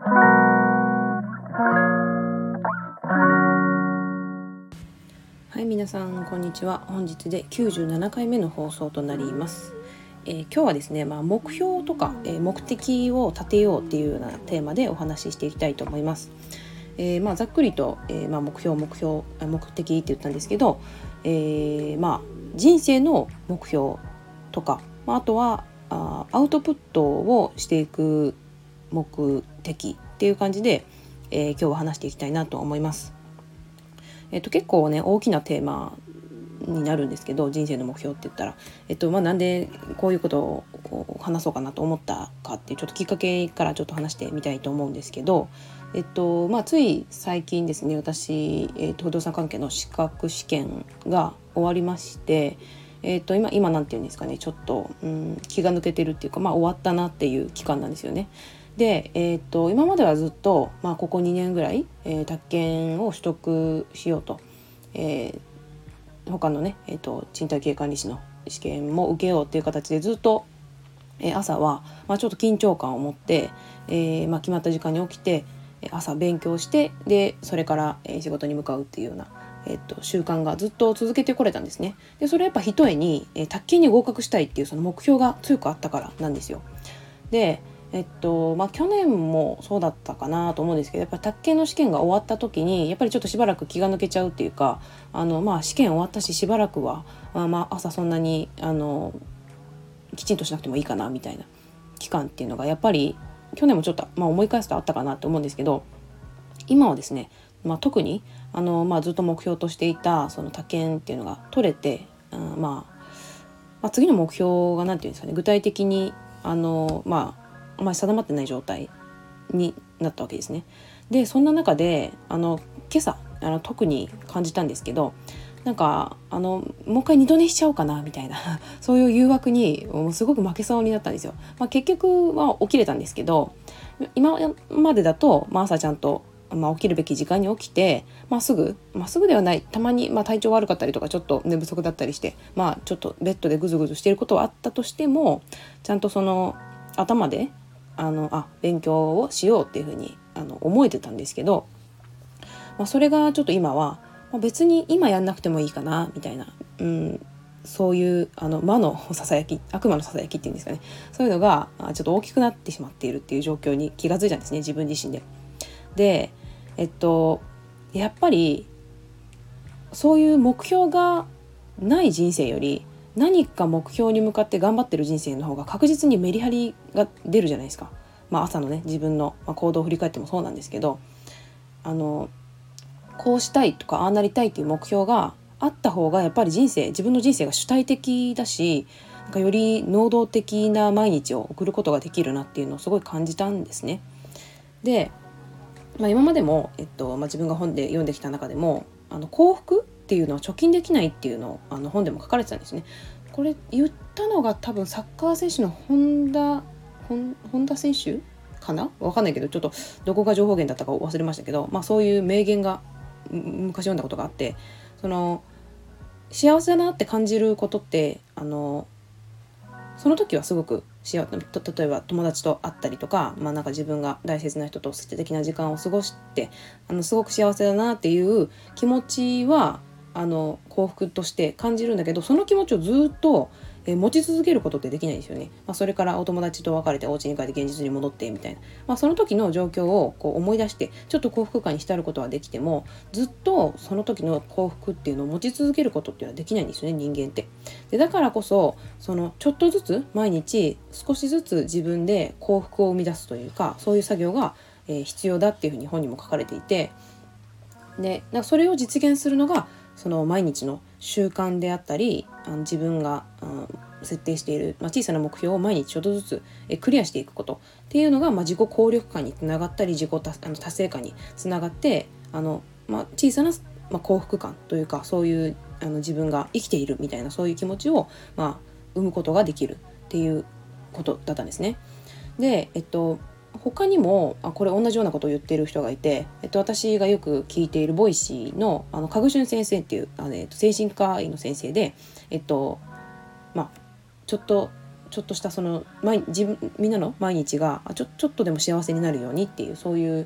はい、皆さんこんにちは。本日で97回目の放送となります。今日はですね、目標とか、目的を立てようっていうようなテーマでお話ししていきたいと思います。ざっくりと、目的って言ったんですけど、人生の目標とか、あとはアウトプットをしていく目的っていう感じで、今日は話していきたいなと思います。結構ね大きなテーマになるんですけど、人生の目標って言ったら、なんでこういうことを話そうかなと思ったかっていうちょっときっかけからちょっと話してみたいと思うんですけど、つい最近ですね、私、不動産関係の資格試験が終わりまして、今なんていうんですかね、ちょっと、気が抜けてるっていうか、終わったなっていう期間なんですよね。で、今まではずっと、ここ2年ぐらい、宅建を取得しようと、他のね、賃貸経営管理士の試験も受けようっていう形でずっと、朝は、ちょっと緊張感を持って、決まった時間に起きて朝勉強して、でそれから、仕事に向かうっていうような、習慣がずっと続けてこれたんですね。でそれはやっぱ一重に、宅建に合格したいっていうその目標が強くあったからなんですよ。で去年もそうだったかなと思うんですけど、やっぱり宅建の試験が終わった時にやっぱりちょっとしばらく気が抜けちゃうっていうか、試験終わったししばらくは、朝そんなにきちんとしなくてもいいかなみたいな期間っていうのがやっぱり去年もちょっと、思い返すとあったかなと思うんですけど、今はですね、特にずっと目標としていたその宅建っていうのが取れて、次の目標が何ていうんですかね、具体的にあんまり定まってない状態になったわけですね。でそんな中で今朝特に感じたんですけど、もう一回二度寝しちゃおうかなみたいなそういう誘惑にもうすごく負けそうになったんですよ。結局は起きれたんですけど、今までだと、朝ちゃんと、起きるべき時間に起きて、すぐではない、たまに、体調悪かったりとかちょっと寝不足だったりして、ちょっとベッドでぐずぐずしていることはあったとしても、ちゃんとその頭で勉強をしようっていうふうに思えてたんですけど、それがちょっと今は、別に今やんなくてもいいかなみたいな、そういう魔のささやき、悪魔のささやきっていうんですかね、そういうのがちょっと大きくなってしまっているっていう状況に気がついたんですね、自分自身で。でやっぱりそういう目標がない人生より何か目標に向かって頑張ってる人生の方が確実にメリハリが出るじゃないですか。朝のね自分の行動を振り返ってもそうなんですけど、こうしたいとかああなりたいっていう目標があった方がやっぱり自分の人生が主体的だし、より能動的な毎日を送ることができるなっていうのをすごい感じたんですね。で、今までも、自分が本で読んできた中でも幸福っていうのは貯金できないっていうのを本でも書かれてたんですね。これ言ったのが多分サッカー選手の本田選手かな、分かんないけど、ちょっとどこが情報源だったか忘れましたけど、そういう名言が昔読んだことがあって、その幸せだなって感じることってその時はすごく例えば友達と会ったりとか、自分が大切な人と素敵な時間を過ごしてすごく幸せだなっていう気持ちは幸福として感じるんだけど、その気持ちをずっと持ち続けることってできないんですよね。それからお友達と別れてお家に帰って現実に戻ってみたいな、その時の状況を思い出してちょっと幸福感に浸ることはできても、ずっとその時の幸福っていうのを持ち続けることっていうのはできないんですよね、人間って。でだからこそちょっとずつ毎日少しずつ自分で幸福を生み出すというか、そういう作業が必要だっていうふうに本にも書かれていて、でそれを実現するのがその毎日の習慣であったり、自分が、設定している、小さな目標を毎日ちょっとずつクリアしていくことっていうのが、自己効力感につながったり、自己達成感につながって小さな、幸福感というか、そういう自分が生きているみたいな、そういう気持ちを、生むことができるっていうことだったんですね。で他にもこれ同じようなことを言っている人がいて、私がよく聞いているボイシーのかぐしゅん先生っていう精神科医の先生で、ちょっちょっとしたそのみんなの毎日がちょっとでも幸せになるようにっていう、そういう、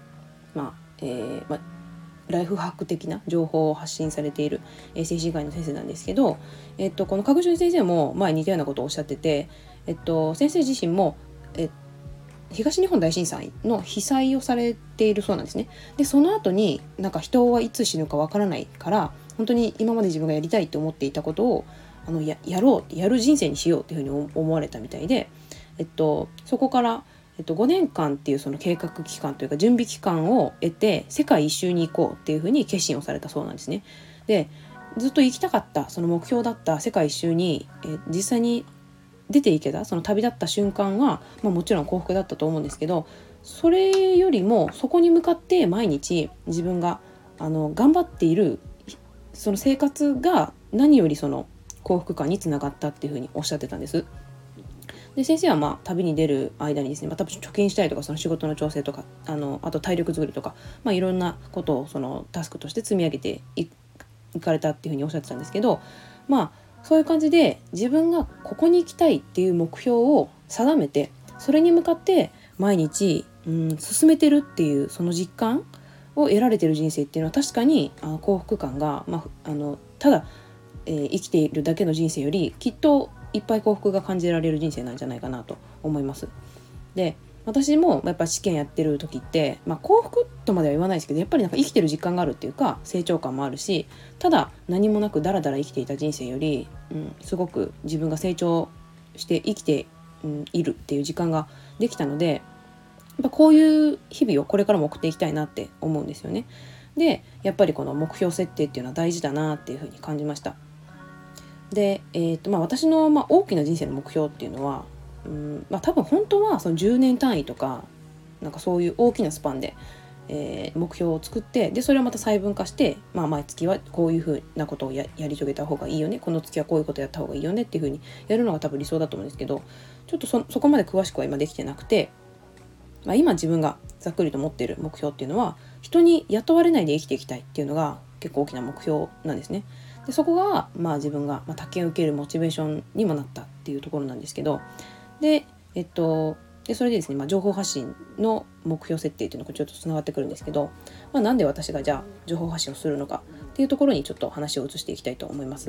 ライフハック的な情報を発信されている、精神科医の先生なんですけど、この鹿児島先生も前似たようなことをおっしゃってて、先生自身も、東日本大震災の被災をされているそうなんですね。でその後になんか人はいつ死ぬかわからないから、本当に今まで自分がやりたいと思っていたことをやろうってやる人生にしようっていうふうに思われたみたいで、そこから、5年間っていうその計画期間というか準備期間を得て世界一周に行こうっていうふうに決心をされたそうなんですね。でずっと行きたかったその目標だった世界一周に、実際に出ていけたその旅立った瞬間は、もちろん幸福だったと思うんですけど、それよりもそこに向かって毎日自分が頑張っているその生活が何よりその幸福感につながったっていうふうにおっしゃってたんです。で先生は旅に出る間にですね、多分貯金したりとかその仕事の調整とかあと体力作りとか、いろんなことをそのタスクとして積み上げていかれたっていうふうにおっしゃってたんですけど、そういう感じで自分がここに行きたいっていう目標を定めて、それに向かって毎日進めてるっていうその実感を得られてる人生っていうのは確かに幸福感が、ただ、生きているだけの人生よりきっといっぱい幸福が感じられる人生なんじゃないかなと思います。で私もやっぱ試験やってる時って、幸福とまでは言わないですけど、やっぱりなんか生きてる実感があるっていうか成長感もあるし、ただ何もなくダラダラ生きていた人生より、すごく自分が成長して生きて、いるっていう時間ができたので、やっぱこういう日々をこれからも送っていきたいなって思うんですよね。でやっぱりこの目標設定っていうのは大事だなっていうふうに感じました。で、私の大きな人生の目標っていうのは多分本当はその10年単位とかなんかそういう大きなスパンで、目標を作って、でそれをまた細分化して、毎月はこういうふうなことをやり遂げた方がいいよね、この月はこういうことやった方がいいよねっていうふうにやるのが多分理想だと思うんですけど、ちょっとそこまで詳しくは今できてなくて、今自分がざっくりと持っている目標っていうのは人に雇われないで生きていきたいっていうのが結構大きな目標なんですね。でそこが自分が他県を受けるモチベーションにもなったっていうところなんですけど、でそれでですね、情報発信の目標設定っていうのがちょっとつながってくるんですけど、なんで私がじゃあ情報発信をするのかっていうところにちょっと話を移していきたいと思います。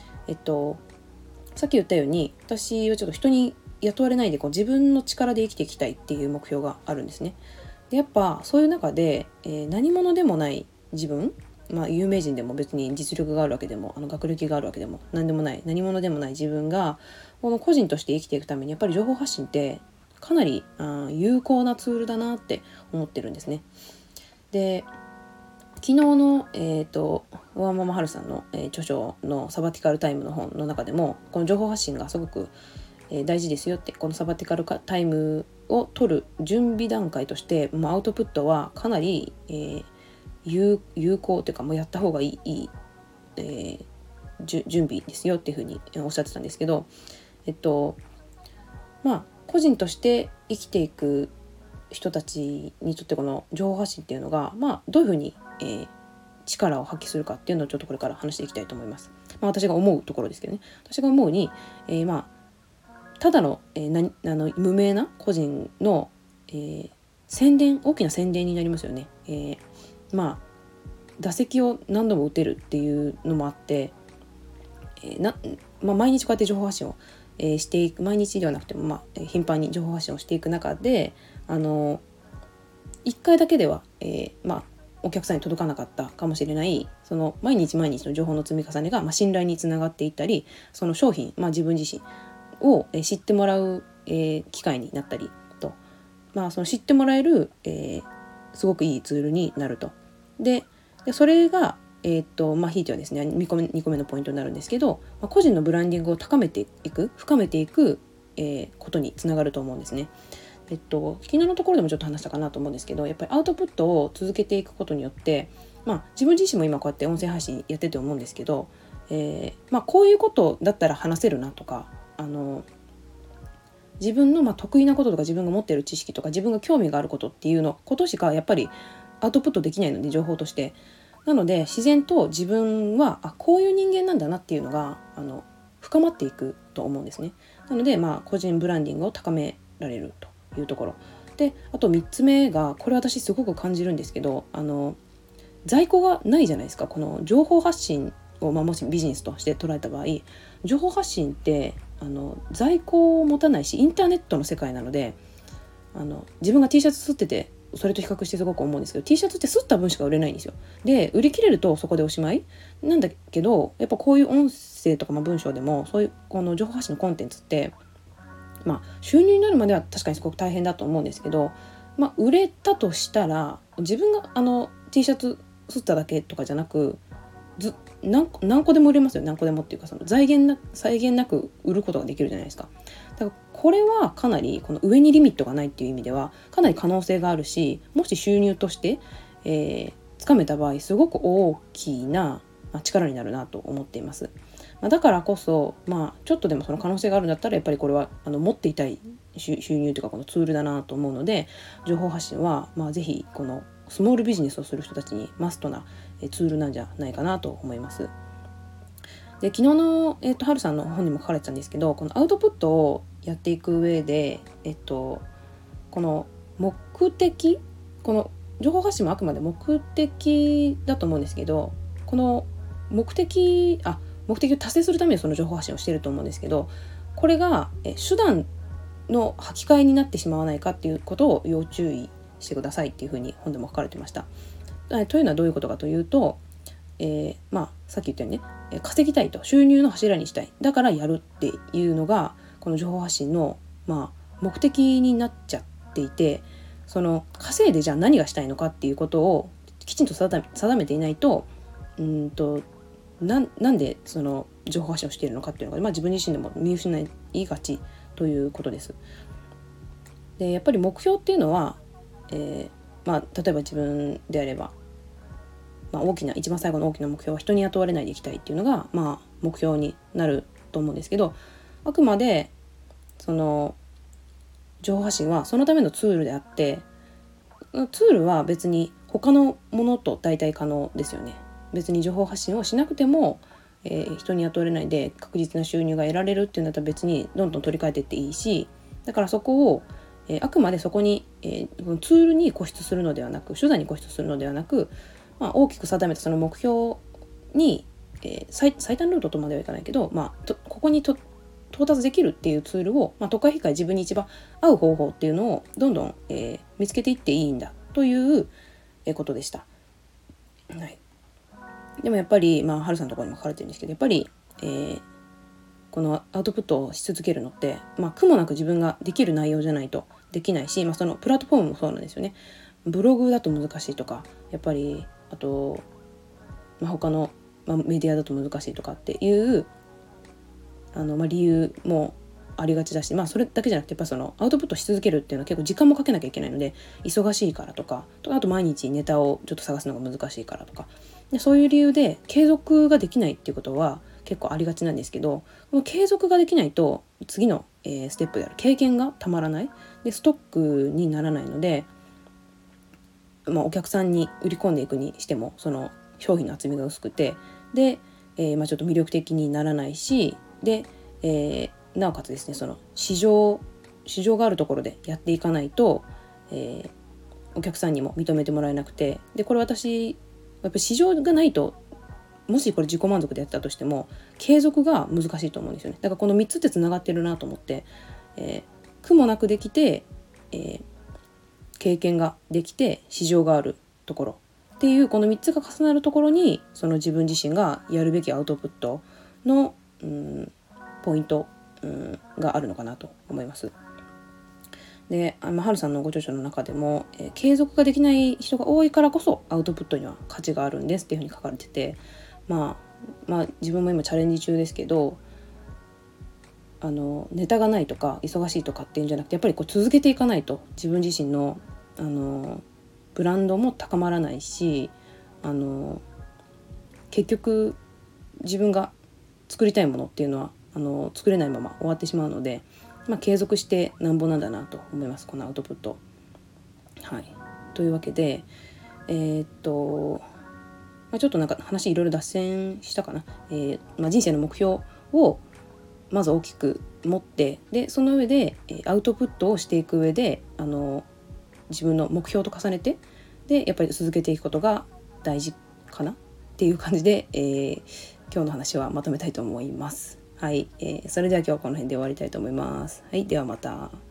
さっき言ったように私はちょっと人に雇われないで自分の力で生きていきたいっていう目標があるんですね。でやっぱそういう中で、何者でもない自分、有名人でも別に実力があるわけでも学歴があるわけでも何でもない何者でもない自分がこの個人として生きていくためにやっぱり情報発信ってかなり有効なツールだなって思ってるんですね。で昨日の、ワーママハルさんの、著書のサバティカルタイムの本の中でもこの情報発信がすごく、大事ですよって、このサバティカルタイムを取る準備段階として、アウトプットはかなり、有効というかもうやった方がいい、準備ですよっていうふうにおっしゃってたんですけど、個人として生きていく人たちにとってこの情報発信っていうのが、どういうふうに、力を発揮するかっていうのをちょっとこれから話していきたいと思います。私が思うところですけどね、私が思うに、ただの、無名な個人の、宣伝、大きな宣伝になりますよね。打席を何度も打てるっていうのもあって、毎日こうやって情報発信を、していく、毎日ではなくても、頻繁に情報発信をしていく中で1回だけでは、お客さんに届かなかったかもしれないその毎日毎日の情報の積み重ねが、信頼につながっていったり、その商品、自分自身を知ってもらう、機会になったりと、その知ってもらえる、すごくいいツールになると。でそれがひいてはですね2個目のポイントになるんですけど、個人のブランディングを高めていく深めていく、ことにつながると思うんですね。昨日のところでもちょっと話したかなと思うんですけど、やっぱりアウトプットを続けていくことによって、自分自身も今こうやって音声配信やってて思うんですけど、こういうことだったら話せるなとか、自分の得意なこととか自分が持っている知識とか自分が興味があることっていうことしかやっぱりアウトプットできないので、情報として。なので自然と自分はこういう人間なんだなっていうのが深まっていくと思うんですね。 なので、個人ブランディングを高められるというところで、あと3つ目が、これ私すごく感じるんですけど、在庫がないじゃないですか。この情報発信を、もしビジネスとして捉えた場合、情報発信って在庫を持たないし、インターネットの世界なので、自分が T シャツ吸っててそれと比較してすごく思うんですけど、 T シャツって吸った分しか売れないんですよ。で売り切れるとそこでおしまいなんだけど、やっぱこういう音声とか文章でも、そういうこの情報発信のコンテンツって、収入になるまでは確かにすごく大変だと思うんですけど、売れたとしたら、自分がT シャツ吸っただけとかじゃなく、何個でも売れますよ。何個でもっていうか、その際限なく売ることができるじゃないですか。だからこれはかなり、この上にリミットがないっていう意味ではかなり可能性があるし、もし収入として、つかめた場合、すごく大きな力になるなと思っています。だからこそ、ちょっとでもその可能性があるんだったら、やっぱりこれは持っていたい収入というか、このツールだなと思うので、情報発信はぜひこのスモールビジネスをする人たちにマストなツールなんじゃないかなと思います。で、昨日の、はるさんの本にも書かれてたんですけど、このアウトプットをやっていく上で、この目的、この情報発信もあくまで目的だと思うんですけど、この目的を達成するためにその情報発信をしていると思うんですけど、これが手段の履き替えになってしまわないかっていうことを要注意してくださいっていうふうに本でも書かれてました。というのはどういうことかというと、さっき言ったようにね、稼ぎたいと、収入の柱にしたい、だからやるっていうのがこの情報発信の、目的になっちゃっていて、その稼いでじゃあ何がしたいのかっていうことをきちんと定めていないと、なんでその情報発信をしているのかっていうのが、自分自身でも見失いがちということです。で、やっぱり目標っていうのは、例えば自分であれば、一番最後の大きな目標は人に雇われないでいきたいっていうのが、目標になると思うんですけど、あくまでその情報発信はそのためのツールであって、ツールは別に他のものと代替可能ですよね。別に情報発信をしなくても、人に雇われないで確実な収入が得られるっていうんだったら、別にどんどん取り替えていっていいし、だからそこを、あくまでそこに、ツールに固執するのではなく、手段に固執するのではなく、大きく定めたその目標に、最短ルートとまではいかないけど、ここに到達できるっていうツールを、都会機械自分に一番合う方法っていうのをどんどん、見つけていっていいんだという、ことでした。はい、でもやっぱり、はるさんのところにも書かれてるんですけど、やっぱり、このアウトプットをし続けるのって、苦もなく自分ができる内容じゃないとできないし、そのプラットフォームもそうなんですよね。ブログだと難しいとか、やっぱりあと、他の、メディアだと難しいとかっていう理由もありがちだし、それだけじゃなくて、やっぱそのアウトプットし続けるっていうのは結構時間もかけなきゃいけないので、忙しいからとか、あと毎日ネタをちょっと探すのが難しいからとか、でそういう理由で継続ができないっていうことは結構ありがちなんですけど、この継続ができないと次の、ステップである経験がたまらないで、ストックにならないので、お客さんに売り込んでいくにしても、その商品の厚みが薄くて、で、ちょっと魅力的にならないし、で、なおかつですね、その市場があるところでやっていかないと、お客さんにも認めてもらえなくて、でこれ私やっぱり市場がないと、もしこれ自己満足でやったとしても継続が難しいと思うんですよね。だからこの3つってつながってるなと思って、苦もなくできて、経験ができて市場があるところっていう、この3つが重なるところに、その自分自身がやるべきアウトプットの、ポイント、があるのかなと思います。で、はるさんのご著書の中でも、継続ができない人が多いからこそアウトプットには価値があるんですっていうふうに書かれてて、自分も今チャレンジ中ですけど、ネタがないとか忙しいとかっていうんじゃなくて、やっぱりこう続けていかないと自分自身の、ブランドも高まらないし、結局自分が作りたいものっていうのは作れないまま終わってしまうので、継続してなんぼなんだなと思います、このアウトプット。はい、というわけで、ちょっとなんか話いろいろ脱線したかな。人生の目標をまず大きく持って、でその上でアウトプットをしていく上で自分の目標と重ねて、でやっぱり続けていくことが大事かなっていう感じで、今日の話はまとめたいと思います。はい、それでは今日はこの辺で終わりたいと思います。はい、ではまた。